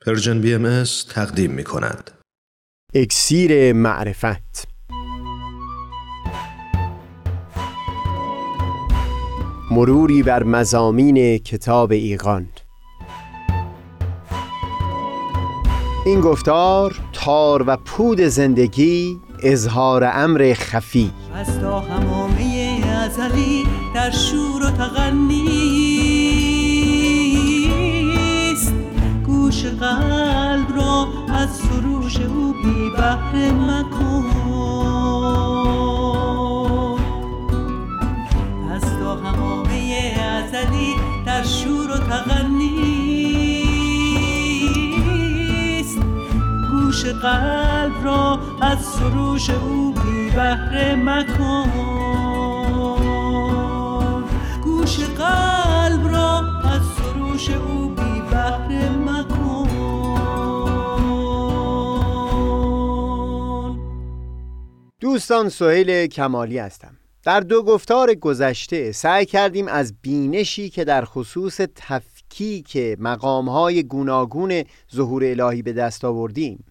پرژن BMS تقدیم می کند. اکسیر معرفت. مروری بر مضامین کتاب ایقان. این گفتار تار و پود زندگی، اظهار امر خفی. از تا همامه ازلی در شور و تغنیست، گوش قلب را از سروش او بی بهره مکن. از تا همامه ازلی در شور و تغنیست، گوش قلب را از سروش او بی بهره مکن. گوش قلب را از سروش او بی بهره مکن. دوستان، سهیل کمالی هستم. در دو گفتار گذشته سعی کردیم از بینشی که در خصوص تفکیک مقام‌های گوناگون ظهور الهی به دست آوردیم،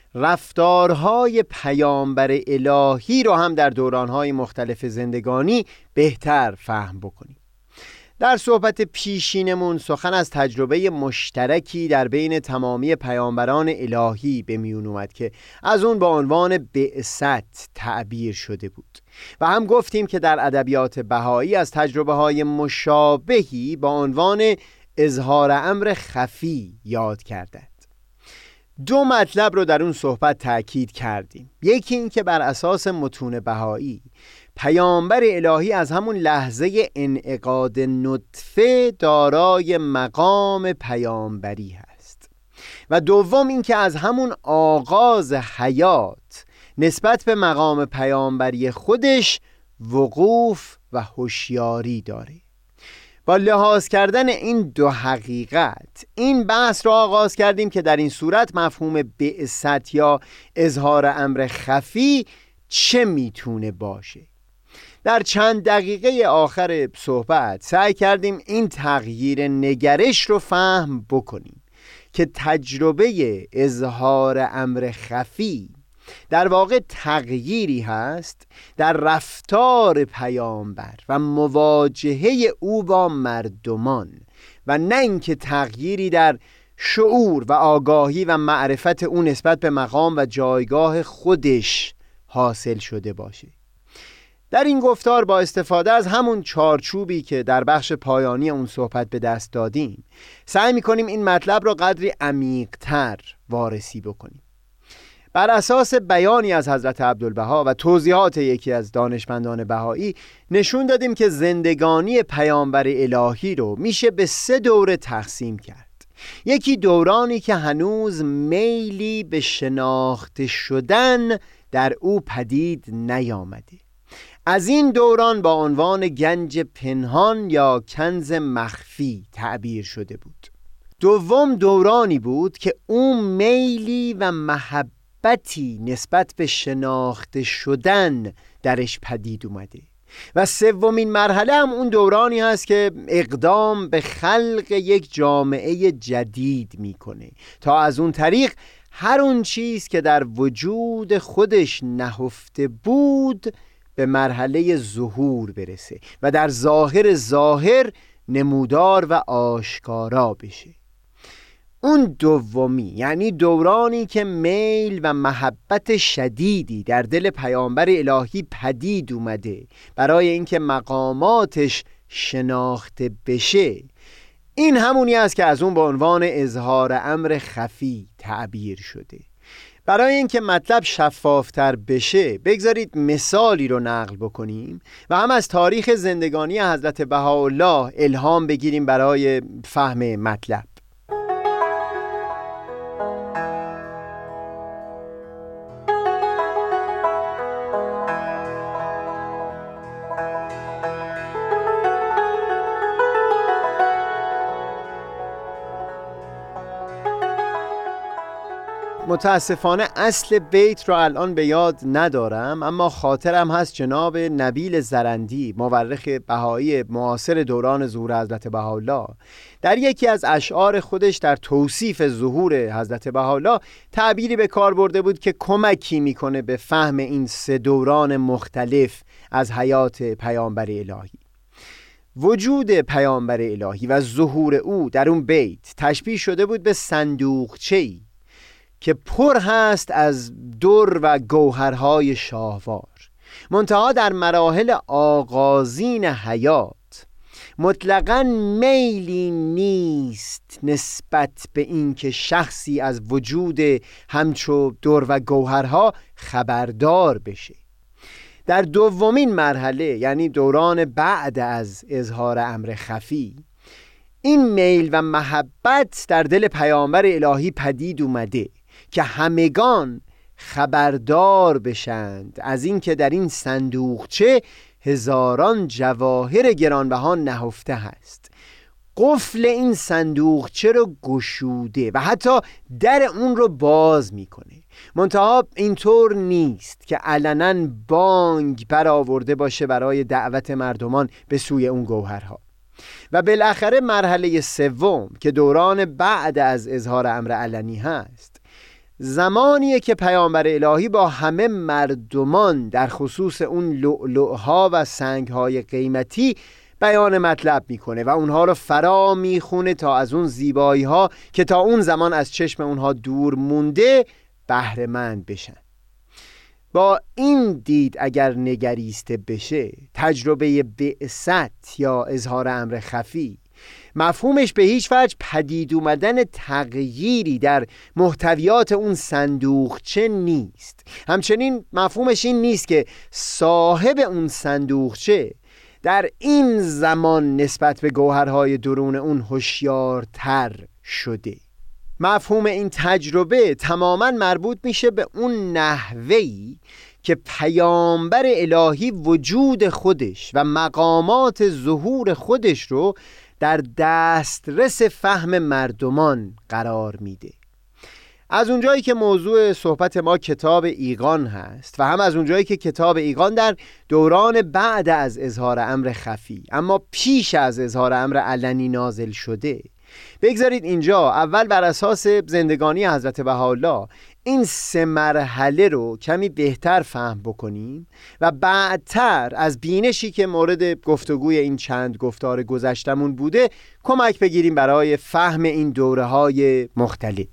رفتارهای پیامبر الهی رو هم در دورانهای مختلف زندگانی بهتر فهم بکنیم. در صحبت پیشینمون سخن از تجربه مشترکی در بین تمامی پیامبران الهی به میون اومد که از اون با عنوان بعثت تعبیر شده بود و هم گفتیم که در ادبیات بهایی از تجربه های مشابهی با عنوان اظهار امر خفی یاد کردند. دو مطلب رو در اون صحبت تأکید کردیم. یکی این که بر اساس متون بهایی پیامبر الهی از همون لحظه انعقاد نطفه دارای مقام پیامبری هست، و دوم این که از همون آغاز حیات نسبت به مقام پیامبری خودش وقوف و هوشیاری داره. با لحاظ کردن این دو حقیقت این بحث را آغاز کردیم که در این صورت مفهوم بعثت یا اظهار امر خفی چه میتونه باشه. در چند دقیقه آخر صحبت سعی کردیم این تغییر نگرش رو فهم بکنیم که تجربه اظهار امر خفی در واقع تغییری هست در رفتار پیامبر و مواجهه او با مردمان، و نه اینکه تغییری در شعور و آگاهی و معرفت او نسبت به مقام و جایگاه خودش حاصل شده باشه. در این گفتار با استفاده از همون چارچوبی که در بخش پایانی اون صحبت به دست دادیم سعی می‌کنیم این مطلب را قدری عمیق‌تر وارسی بکنیم. بر اساس بیانی از حضرت عبدالبها و توضیحات یکی از دانشمندان بهایی نشون دادیم که زندگانی پیامبر الهی رو میشه به 3 دوره تقسیم کرد. یکی دورانی که هنوز میلی به شناخته شدن در او پدید نیامده. از این دوران با عنوان گنج پنهان یا کنز مخفی تعبیر شده بود. دوم دورانی بود که او میلی و محبتی نسبت به شناخته شدن درش پدید اومده. و سومین مرحله هم اون دورانی هست که اقدام به خلق یک جامعه جدید میکنه تا از اون طریق هر اون چیز که در وجود خودش نهفته بود به مرحله ظهور برسه و در ظاهر نمودار و آشکارا بشه. اون دومی یعنی دورانی که میل و محبت شدیدی در دل پیامبر الهی پدید اومده برای اینکه مقاماتش شناخته بشه، این همونی است که از اون به عنوان اظهار امر خفی تعبیر شده. برای اینکه مطلب شفافتر بشه بگذارید مثالی رو نقل بکنیم و هم از تاریخ زندگانی حضرت بهاءالله الهام بگیریم برای فهم مطلب. متاسفانه اصل بیت رو الان به یاد ندارم، اما خاطرم هست جناب نبیل زرندی، مورخ بهایی معاصر دوران ظهور حضرت بهاءالله، در یکی از اشعار خودش در توصیف ظهور حضرت بهاءالله تعبیری به کار برده بود که کمکی میکنه به فهم این سه دوران مختلف از حیات پیامبر الهی. وجود پیامبر الهی و ظهور او در اون بیت تشبیه شده بود به صندوقچه‌ای که پر هست از در و گوهرهای شاهوار، منتها در مراحل آغازین حیات مطلقاً میلی نیست نسبت به این که شخصی از وجود همچو در و گوهرها خبردار بشه. در دومین مرحله، یعنی دوران بعد از اظهار امر خفی، این میل و محبت در دل پیامبر الهی پدید اومده که همگان خبردار بشند از این که در این صندوقچه هزاران جواهر گرانبها نهفته هست. قفل این صندوقچه رو گشوده و حتی در اون رو باز میکنه، منتها اینطور نیست که علنا بانگ برآورده باشه برای دعوت مردمان به سوی اون گوهرها. و بالاخره مرحله سوم که دوران بعد از اظهار امر علنی هست، زمانیه که پیامبر الهی با همه مردمان در خصوص اون لؤلؤها و سنگهای قیمتی بیان مطلب میکنه و اونها رو فرا میخونه تا از اون زیبایی ها که تا اون زمان از چشم اونها دور مونده بهره مند بشن. با این دید اگر نگریسته بشه، تجربه بعثت یا اظهار امر خفی مفهومش به هیچ وجه پدید اومدن تغییری در محتویات اون صندوقچه نیست. همچنین مفهومش این نیست که صاحب اون صندوقچه در این زمان نسبت به گوهرهای درون اون هوشیارتر شده. مفهوم این تجربه تماما مربوط میشه به اون نحوهی که پیامبر الهی وجود خودش و مقامات ظهور خودش رو در دسترس فهم مردمان قرار میده. از اونجایی که موضوع صحبت ما کتاب ایقان هست و هم از اونجایی که کتاب ایقان در دوران بعد از اظهار امر خفی اما پیش از اظهار امر علنی نازل شده، بگذارید اینجا اول بر اساس زندگانی حضرت بهاءالله این سه مرحله رو کمی بهتر فهم بکنیم و بعدتر از بینشی که مورد گفتگوی این چند گفتار گذشتمون بوده کمک بگیریم برای فهم این دوره‌های مختلف.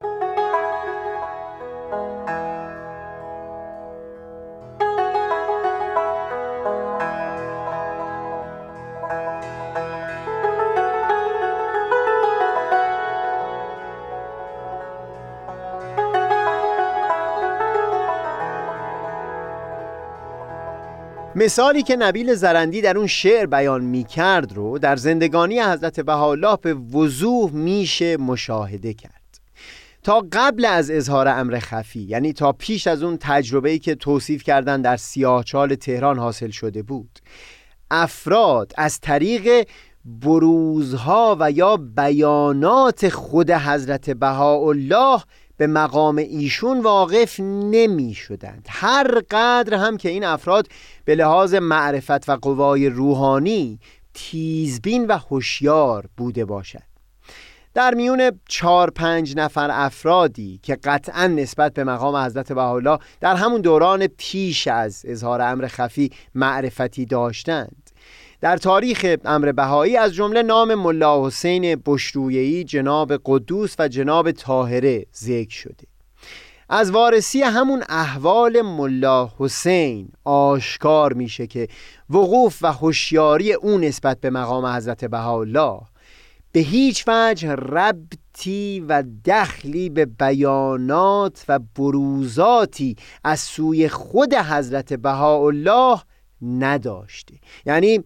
مثالی که نبیل زرندی در اون شعر بیان می کرد رو در زندگانی حضرت بهاءالله به وضوح میشه مشاهده کرد. تا قبل از اظهار امر خفی، یعنی تا پیش از اون تجربه‌ای که توصیف کردن در سیاهچال تهران حاصل شده بود، افراد از طریق بروزها و یا بیانات خود حضرت بهاءالله به مقام ایشون واقف نمی شدند، هر قدر هم که این افراد به لحاظ معرفت و قوای روحانی تیزبین و هوشیار بوده باشد. در میون 4-5 نفر افرادی که قطعا نسبت به مقام حضرت بهاءالله در همون دوران پیش از اظهار امر خفی معرفتی داشتند، در تاریخ امر بهایی از جمله نام ملا حسین بشرویه‌ای، جناب قدوس و جناب طاهره ذکر شده. از وارسی همون احوال ملا حسین آشکار میشه که وقوف و هوشیاری اون نسبت به مقام حضرت بهاءالله به هیچ وجه ربطی و دخلی به بیانات و بروزاتی از سوی خود حضرت بهاءالله نداشته. یعنی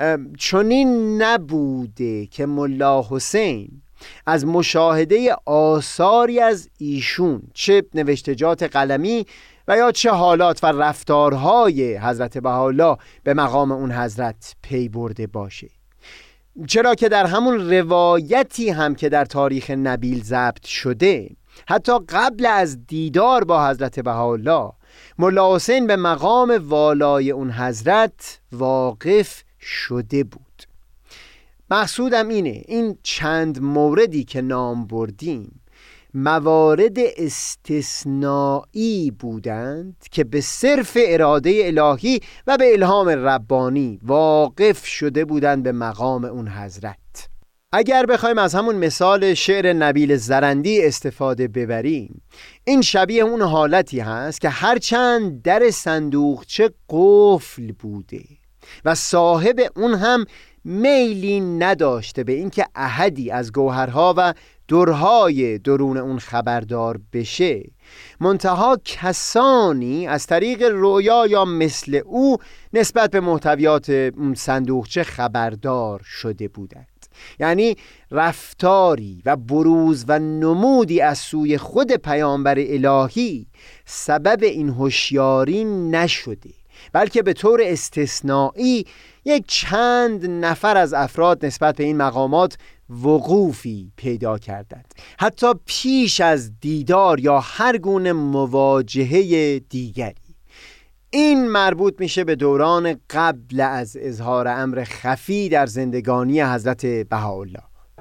چنین نبوده که ملا حسین از مشاهده آثاری از ایشون، چه نوشتجات قلمی و یا چه حالات و رفتارهای حضرت بهاءالله، به مقام اون حضرت پی برده باشه. چرا که در همون روایتی هم که در تاریخ نبیل ضبط شده حتی قبل از دیدار با حضرت بهاءالله، ملا حسین به مقام والای اون حضرت واقف شده بود. مقصودم اینه این چند موردی که نام بردیم موارد استثنایی بودند که به صرف اراده الهی و به الهام ربانی واقف شده بودند به مقام اون حضرت. اگر بخوایم از همون مثال شعر نبیل زرندی استفاده ببریم، این شبیه اون حالتی هست که هرچند در صندوقچه قفل بوده و صاحب اون هم میلی نداشته به اینکه احدی از گوهرها و درهای درون اون خبردار بشه، منتها کسانی از طریق رؤیا یا مثل او نسبت به محتویات اون صندوقچه خبردار شده بودند. یعنی رفتاری و بروز و نمودی از سوی خود پیامبر الهی سبب این هوشیاری نشده، بلکه به طور استثنایی یک چند نفر از افراد نسبت به این مقامات وقوفی پیدا کردند، حتی پیش از دیدار یا هر گونه مواجهه دیگری. این مربوط میشه به دوران قبل از اظهار امر خفی در زندگانی حضرت بهاءالله.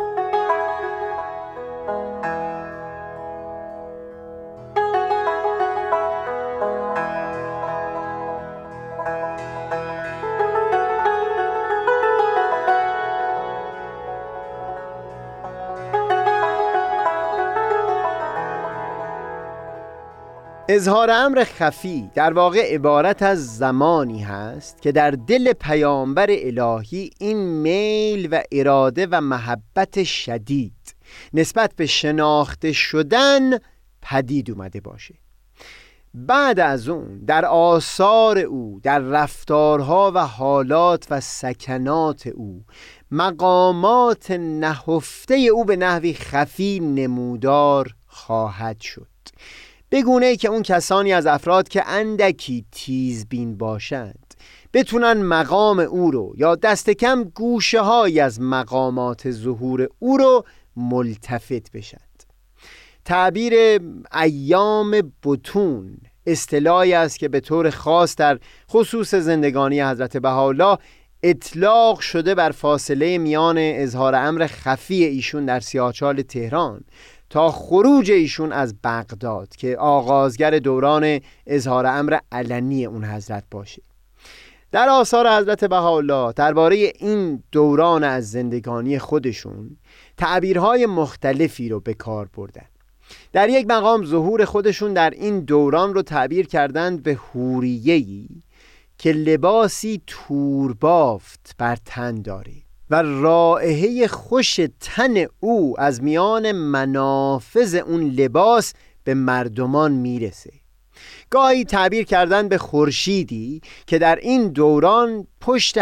اظهار امر خفی در واقع عبارت از زمانی هست که در دل پیامبر الهی این میل و اراده و محبت شدید نسبت به شناخته شدن پدید اومده باشه. بعد از اون در آثار او، در رفتارها و حالات و سکنات او، مقامات نهفته او به نحوی خفی نمودار خواهد شد، به گونه‌ای که اون کسانی از افراد که اندکی تیزبین باشند بتونن مقام او رو یا دست کم گوشه های از مقامات ظهور او رو ملتفت بشند. تعبیر ایام بطون اصطلاحی است که به طور خاص در خصوص زندگانی حضرت بهاءالله اطلاق شده بر فاصله میان اظهار امر خفی ایشون در سیاهچال تهران تا خروج ایشون از بغداد که آغازگر دوران اظهار امر علنی اون حضرت باشه. در آثار حضرت بهاءالله درباره این دوران از زندگانی خودشون تعبیرهای مختلفی رو به کار بردن. در یک مقام ظهور خودشون در این دوران رو تعبیر کردند به حوریه‌ای که لباسی توربافت بر تن داره و رائحه خوش تن او از میان منافذ اون لباس به مردمان میرسه. گاهی تعبیر کردن به خورشیدی که در این دوران پشت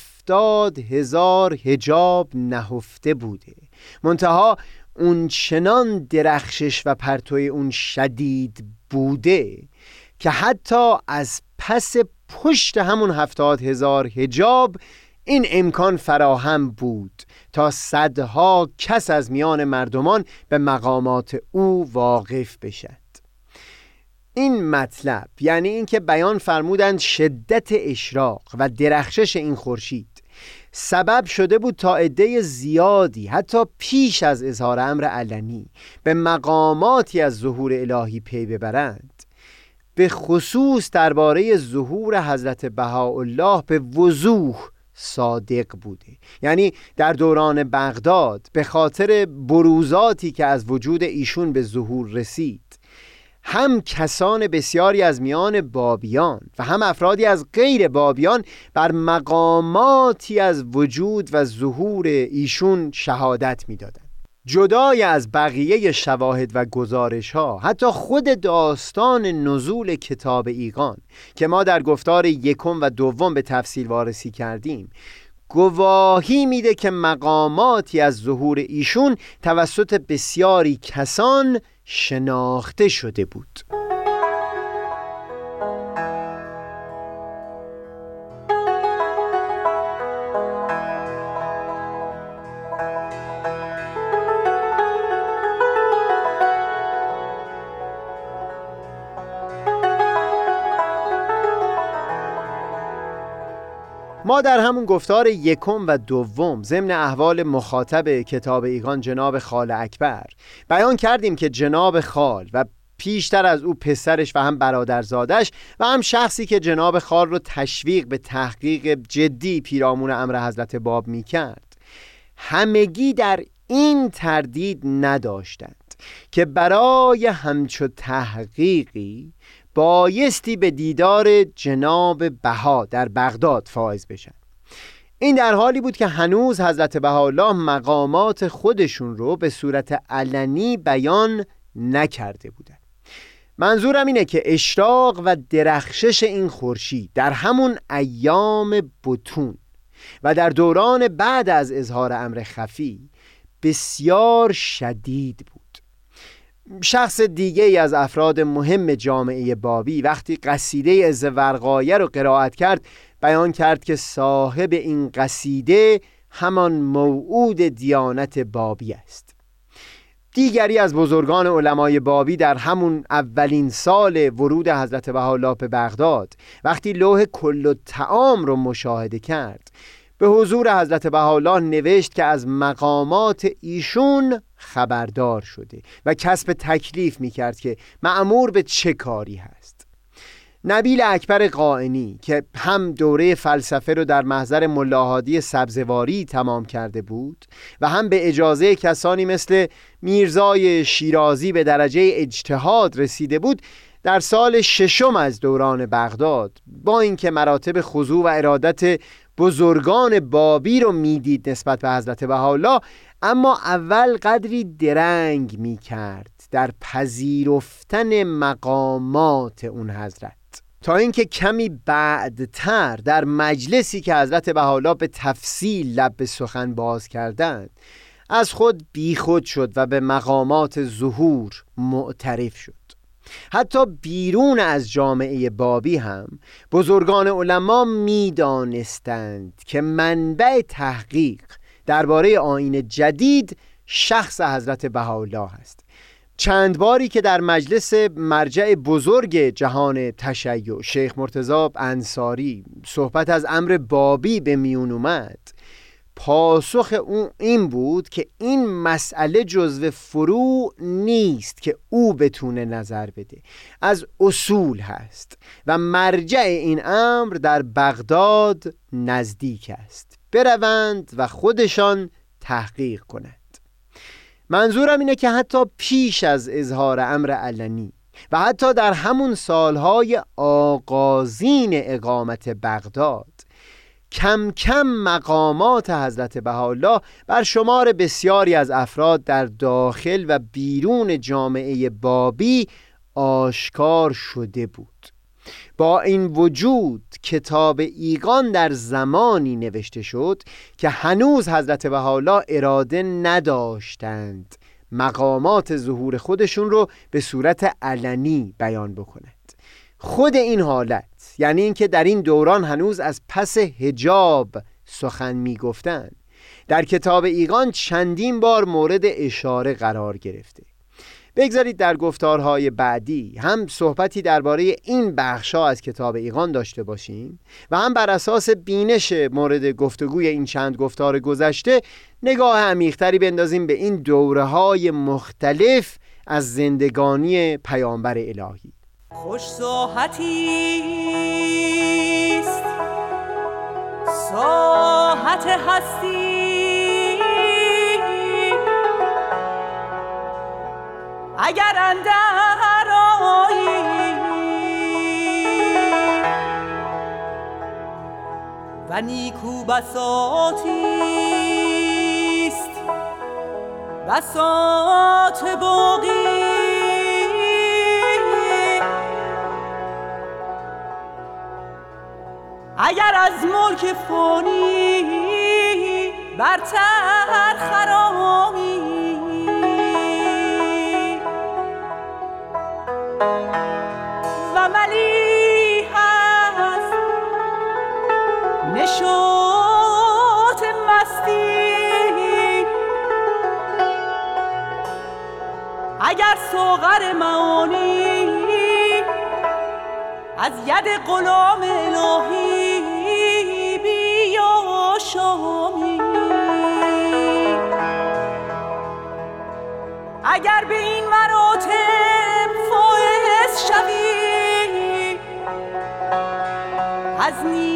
70,000 حجاب نهفته بوده، منتها اون چنان درخشش و پرتوی اون شدید بوده که حتی از پس پشت همون 70,000 حجاب این امکان فراهم بود تا صدها کس از میان مردمان به مقامات او واقف بشد. این مطلب یعنی این که بیان فرمودند شدت اشراق و درخشش این خورشید سبب شده بود تا عده زیادی حتی پیش از اظهار امر علنی به مقاماتی از ظهور الهی پی ببرند. به خصوص درباره ظهور حضرت بهاءالله به وضوح صادق بوده. یعنی در دوران بغداد به خاطر بروزاتی که از وجود ایشون به ظهور رسید، هم کسان بسیاری از میان بابیان و هم افرادی از غیر بابیان بر مقاماتی از وجود و ظهور ایشون شهادت می‌دادند. جدای از بقیه شواهد و گزارش ها، حتی خود داستان نزول کتاب ایقان که ما در گفتار یکم و دوم به تفصیل وارسی کردیم، گواهی میده که مقاماتی از ظهور ایشون توسط بسیاری کسان شناخته شده بود. ما در همون گفتار یکم و دوم ضمن احوال مخاطب کتاب ایقان جناب خال اکبر بیان کردیم که جناب خال و پیشتر از او پسرش و هم برادرزادش و هم شخصی که جناب خال رو تشویق به تحقیق جدی پیرامون امر حضرت باب می کرد، همگی در این تردید نداشتند که برای همچو تحقیقی بایستی به دیدار جناب بها در بغداد فائز بشن. این در حالی بود که هنوز حضرت بهاءالله مقامات خودشون رو به صورت علنی بیان نکرده بودند. منظورم اینه که اشراق و درخشش این خورشید در همون ایام بطون و در دوران بعد از اظهار امر خفی بسیار شدید بود. شخص دیگه ای از افراد مهم جامعه بابی وقتی قصیده عز ورقایه رو قرائت کرد بیان کرد که صاحب این قصیده همان موعود دیانت بابی است. دیگری از بزرگان علمای بابی در همون اولین سال ورود حضرت بهاءالله به بغداد وقتی لوح کل الطعام رو مشاهده کرد به حضور حضرت بهاءالله نوشت که از مقامات ایشون خبردار شده و کسب تکلیف میکرد که مأمور به چه کاری هست. نبیل اکبر قائنی که هم دوره فلسفه رو در محضر ملاحادی سبزواری تمام کرده بود و هم به اجازه کسانی مثل میرزای شیرازی به درجه اجتهاد رسیده بود، در سال ششم از دوران بغداد با اینکه مراتب خضوع و ارادت بزرگان بابی رو میدید نسبت به حضرت بهاءالله، اما اول قدری درنگ میکرد در پذیرفتن مقامات اون حضرت، تا اینکه کمی بعدتر در مجلسی که حضرت بهاءالله به تفصیل لب به سخن باز کردند از خود بیخود شد و به مقامات ظهور معترف شد. حتی بیرون از جامعه بابی هم بزرگان علما می‌دانستند که منبع تحقیق درباره آیین جدید شخص حضرت بهاءالله است. چند باری که در مجلس مرجع بزرگ جهان تشیع شیخ مرتضی انصاری صحبت از امر بابی به میون اومد، پاسخ اون این بود که این مسئله جزو فروع نیست که او بتونه نظر بده، از اصول هست و مرجع این امر در بغداد نزدیک است، بروند و خودشان تحقیق کنند. منظورم اینه که حتی پیش از اظهار امر علنی و حتی در همون سالهای آغازین اقامت بغداد کم کم مقامات حضرت بهاءالله بر شمار بسیاری از افراد در داخل و بیرون جامعه بابی آشکار شده بود. با این وجود کتاب ایقان در زمانی نوشته شد که هنوز حضرت بهاءالله اراده نداشتند مقامات ظهور خودشون رو به صورت علنی بیان بکنند. خود این حالت، یعنی اینکه در این دوران هنوز از پس حجاب سخن می گفتند، در کتاب ایقان چندین بار مورد اشاره قرار گرفته. بگذارید در گفتارهای بعدی هم صحبتی درباره این بخشا از کتاب ایقان داشته باشیم و هم بر اساس بینش مورد گفتگوی این چند گفتار گذشته نگاه عمیق‌تری بندازیم به این دوره‌های مختلف از زندگانی پیامبر الهی. خوش ساحتی است ساحت هستی، اگر اندر آیی و نیکو بساطی است بساط باقی، اگر از ملک فانی برتر خرامی و ملیح است نشاط مستی، اگر ساغر معانی از ید غلام الهی بی شامی. اگر به این مراتب فائز شوی از